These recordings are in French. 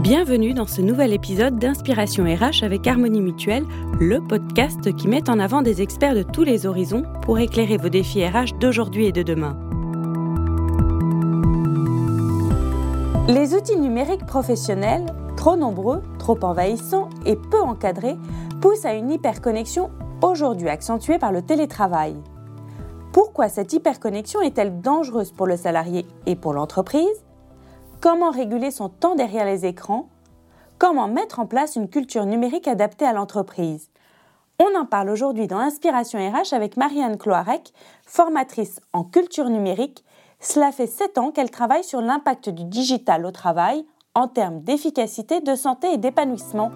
Bienvenue dans ce nouvel épisode d'Inspiration RH avec Harmonie Mutuelle, le podcast qui met en avant des experts de tous les horizons pour éclairer vos défis RH d'aujourd'hui et de demain. Les outils numériques professionnels, trop nombreux, trop envahissants et peu encadrés, poussent à une hyperconnexion aujourd'hui accentuée par le télétravail. Pourquoi cette hyperconnexion est-elle dangereuse pour le salarié et pour l'entreprise ? Comment réguler son temps derrière les écrans ? Comment mettre en place une culture numérique adaptée à l'entreprise ? On en parle aujourd'hui dans Inspiration RH avec Marianne Cloarec, formatrice en culture numérique. Cela fait 7 ans qu'elle travaille sur l'impact du digital au travail en termes d'efficacité, de santé et d'épanouissement.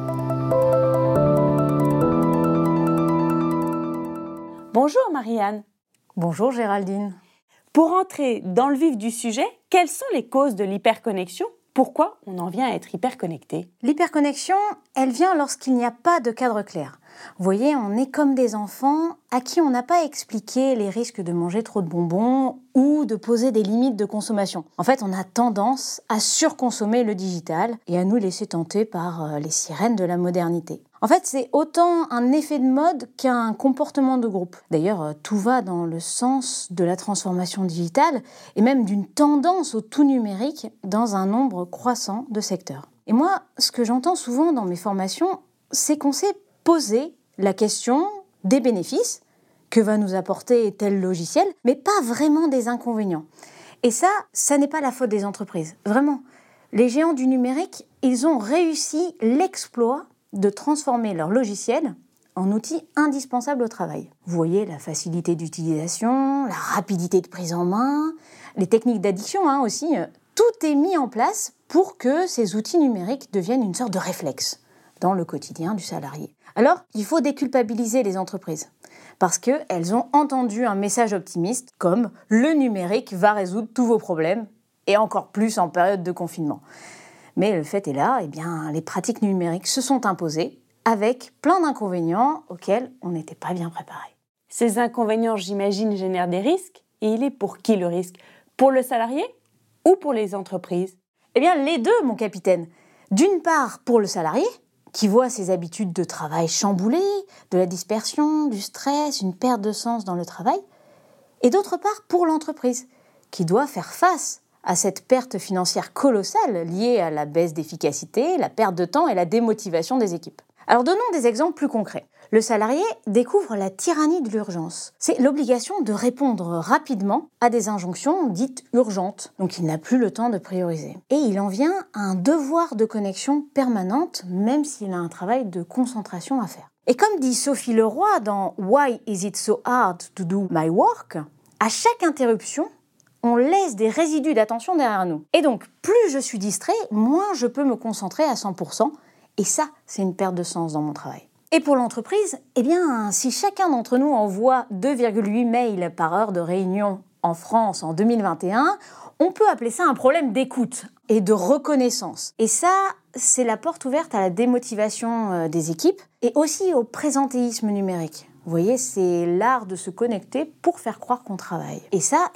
Bonjour Marianne. Bonjour Géraldine. Pour entrer dans le vif du sujet, quelles sont les causes de l'hyperconnexion ? Pourquoi on en vient à être hyperconnecté ? L'hyperconnexion, elle vient lorsqu'il n'y a pas de cadre clair. Vous voyez, on est comme des enfants à qui on n'a pas expliqué les risques de manger trop de bonbons ou de poser des limites de consommation. En fait, on a tendance à surconsommer le digital et à nous laisser tenter par les sirènes de la modernité. En fait, c'est autant un effet de mode qu'un comportement de groupe. D'ailleurs, tout va dans le sens de la transformation digitale et même d'une tendance au tout numérique dans un nombre croissant de secteurs. Et moi, ce que j'entends souvent dans mes formations, c'est qu'on s'est posé la question des bénéfices que va nous apporter tel logiciel, mais pas vraiment des inconvénients. Et ça n'est pas la faute des entreprises, vraiment. Les géants du numérique, ils ont réussi l'exploit de transformer leur logiciel en outil indispensable au travail. Vous voyez la facilité d'utilisation, la rapidité de prise en main, les techniques d'addiction aussi, tout est mis en place pour que ces outils numériques deviennent une sorte de réflexe dans le quotidien du salarié. Alors, il faut déculpabiliser les entreprises parce qu'elles ont entendu un message optimiste comme « le numérique va résoudre tous vos problèmes » et encore plus en période de confinement. Mais le fait est là, les pratiques numériques se sont imposées avec plein d'inconvénients auxquels on n'était pas bien préparé. Ces inconvénients, j'imagine, génèrent des risques. Et il est pour qui le risque ? Pour le salarié ou pour les entreprises ? Les deux, mon capitaine. D'une part, pour le salarié, qui voit ses habitudes de travail chamboulées, de la dispersion, du stress, une perte de sens dans le travail. Et d'autre part, pour l'entreprise, qui doit faire face à cette perte financière colossale liée à la baisse d'efficacité, la perte de temps et la démotivation des équipes. Alors donnons des exemples plus concrets. Le salarié découvre la tyrannie de l'urgence. C'est l'obligation de répondre rapidement à des injonctions dites urgentes. Donc il n'a plus le temps de prioriser. Et il en vient à un devoir de connexion permanente, même s'il a un travail de concentration à faire. Et comme dit Sophie Leroy dans Why is it so hard to do my work ? À chaque interruption, on laisse des résidus d'attention derrière nous. Et donc, plus je suis distrait, moins je peux me concentrer à 100%. Et ça, c'est une perte de sens dans mon travail. Et pour l'entreprise, si chacun d'entre nous envoie 2,8 mails par heure de réunion en France en 2021, on peut appeler ça un problème d'écoute et de reconnaissance. Et ça, c'est la porte ouverte à la démotivation des équipes et aussi au présentéisme numérique. Vous voyez, c'est l'art de se connecter pour faire croire qu'on travaille. Et ça,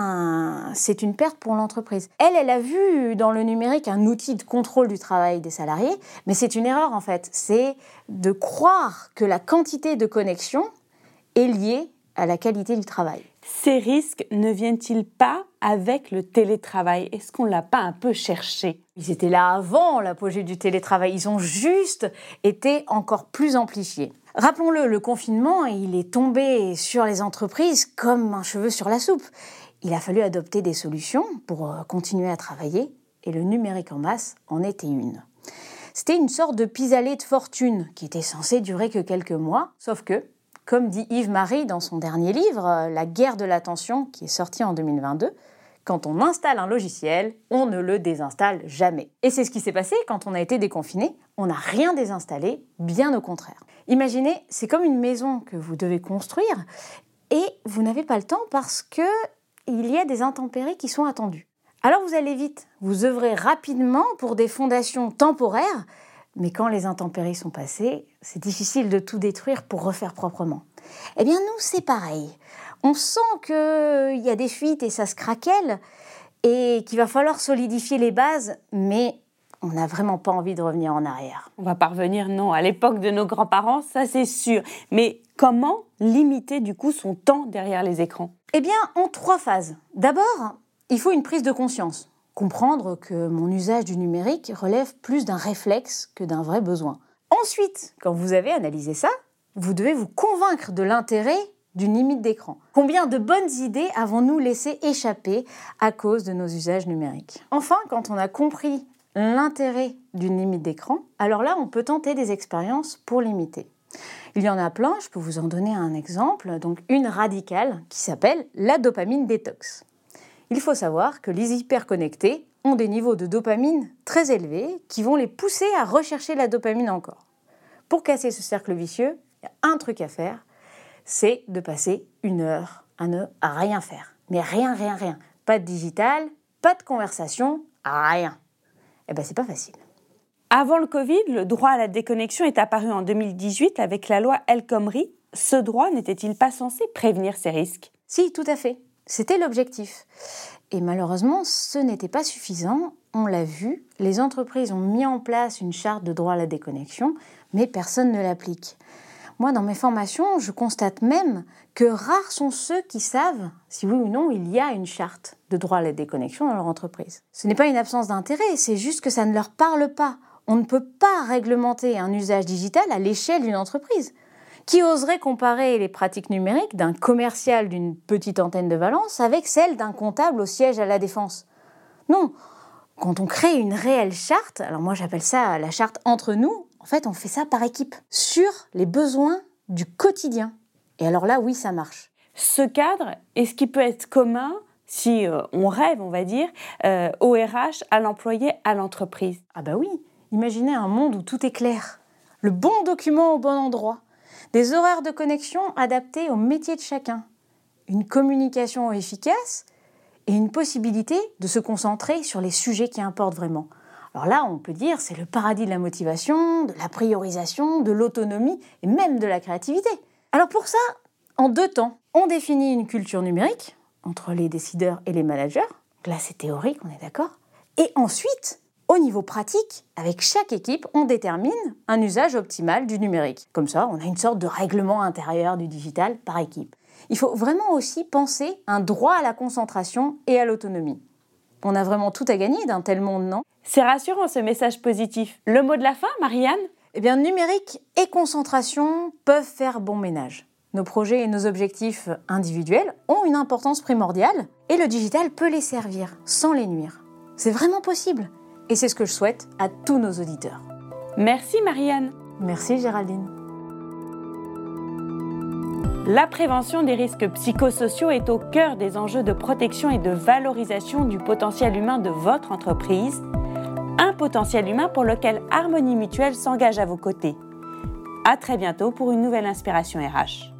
c'est une perte pour l'entreprise. Elle a vu dans le numérique un outil de contrôle du travail des salariés, mais c'est une erreur en fait. C'est de croire que la quantité de connexion est liée à la qualité du travail. Ces risques ne viennent-ils pas avec le télétravail ? Est-ce qu'on ne l'a pas un peu cherché ? Ils étaient là avant l'apogée du télétravail. Ils ont juste été encore plus amplifiés. Rappelons-le, le confinement, il est tombé sur les entreprises comme un cheveu sur la soupe. Il a fallu adopter des solutions pour continuer à travailler et le numérique en masse en était une. C'était une sorte de pis-aller de fortune qui était censée durer que quelques mois, sauf que, comme dit Yves Marie dans son dernier livre, La guerre de l'attention, qui est sorti en 2022, quand on installe un logiciel, on ne le désinstalle jamais. Et c'est ce qui s'est passé quand on a été déconfiné. On n'a rien désinstallé, bien au contraire. Imaginez, c'est comme une maison que vous devez construire et vous n'avez pas le temps parce qu'il y a des intempéries qui sont attendues. Alors vous allez vite, vous œuvrez rapidement pour des fondations temporaires, mais quand les intempéries sont passées, c'est difficile de tout détruire pour refaire proprement. Nous, c'est pareil. On sent qu'il y a des fuites et ça se craquelle et qu'il va falloir solidifier les bases, mais on n'a vraiment pas envie de revenir en arrière. On va pas revenir, non, à l'époque de nos grands-parents, ça c'est sûr. Mais comment limiter du coup son temps derrière les écrans ? Eh bien, en 3 phases. D'abord, il faut une prise de conscience. Comprendre que mon usage du numérique relève plus d'un réflexe que d'un vrai besoin. Ensuite, quand vous avez analysé ça, vous devez vous convaincre de l'intérêt d'une limite d'écran. Combien de bonnes idées avons-nous laissé échapper à cause de nos usages numériques ? Enfin, quand on a compris l'intérêt d'une limite d'écran, alors là, on peut tenter des expériences pour limiter. Il y en a plein, je peux vous en donner un exemple. Donc, une radicale qui s'appelle la dopamine détox. Il faut savoir que les hyperconnectés ont des niveaux de dopamine très élevés qui vont les pousser à rechercher la dopamine encore. Pour casser ce cercle vicieux, il y a un truc à faire, c'est de passer 1 heure à rien faire. Mais rien. Pas de digital, pas de conversation, rien. Eh bien, c'est pas facile. Avant le Covid, le droit à la déconnexion est apparu en 2018 avec la loi El Khomri. Ce droit n'était-il pas censé prévenir ces risques ? Si, tout à fait. C'était l'objectif. Et malheureusement, ce n'était pas suffisant. On l'a vu, les entreprises ont mis en place une charte de droit à la déconnexion, mais personne ne l'applique. Moi, dans mes formations, je constate même que rares sont ceux qui savent si oui ou non il y a une charte de droit à la déconnexion dans leur entreprise. Ce n'est pas une absence d'intérêt, c'est juste que ça ne leur parle pas. On ne peut pas réglementer un usage digital à l'échelle d'une entreprise. Qui oserait comparer les pratiques numériques d'un commercial d'une petite antenne de Valence avec celles d'un comptable au siège à la Défense ? Non. Quand on crée une réelle charte, alors moi j'appelle ça la charte entre nous, en fait on fait ça par équipe, sur les besoins du quotidien. Et alors là, oui, ça marche. Ce cadre, est-ce qu'il peut être commun, si on rêve, on va dire, au RH, à l'employé, à l'entreprise ? Ah bah oui, imaginez un monde où tout est clair, le bon document au bon endroit, des horaires de connexion adaptés au métier de chacun, une communication efficace et une possibilité de se concentrer sur les sujets qui importent vraiment. Alors là, on peut dire c'est le paradis de la motivation, de la priorisation, de l'autonomie et même de la créativité. Alors pour ça, en 2 temps, on définit une culture numérique entre les décideurs et les managers. Là, c'est théorique, on est d'accord. Et ensuite, au niveau pratique, avec chaque équipe, on détermine un usage optimal du numérique. Comme ça, on a une sorte de règlement intérieur du digital par équipe. Il faut vraiment aussi penser un droit à la concentration et à l'autonomie. On a vraiment tout à gagner d'un tel monde, non ? C'est rassurant ce message positif. Le mot de la fin, Marianne ? Eh bien, numérique et concentration peuvent faire bon ménage. Nos projets et nos objectifs individuels ont une importance primordiale et le digital peut les servir sans les nuire. C'est vraiment possible. Et c'est ce que je souhaite à tous nos auditeurs. Merci Marianne. Merci Géraldine. La prévention des risques psychosociaux est au cœur des enjeux de protection et de valorisation du potentiel humain de votre entreprise. Un potentiel humain pour lequel Harmonie Mutuelle s'engage à vos côtés. À très bientôt pour une nouvelle Inspiration RH.